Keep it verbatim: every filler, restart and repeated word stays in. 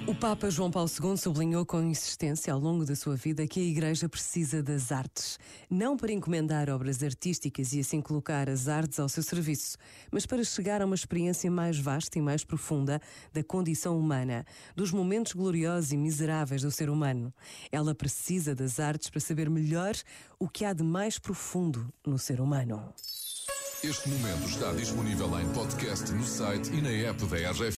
O Papa João Paulo segundo sublinhou com insistência ao longo da sua vida que a Igreja precisa das artes, não para encomendar obras artísticas e assim colocar as artes ao seu serviço, mas para chegar a uma experiência mais vasta e mais profunda da condição humana, dos momentos gloriosos e miseráveis do ser humano. Ela precisa das artes para saber melhor o que há de mais profundo no ser humano. Este momento está disponível em podcast no site e na app da R G F.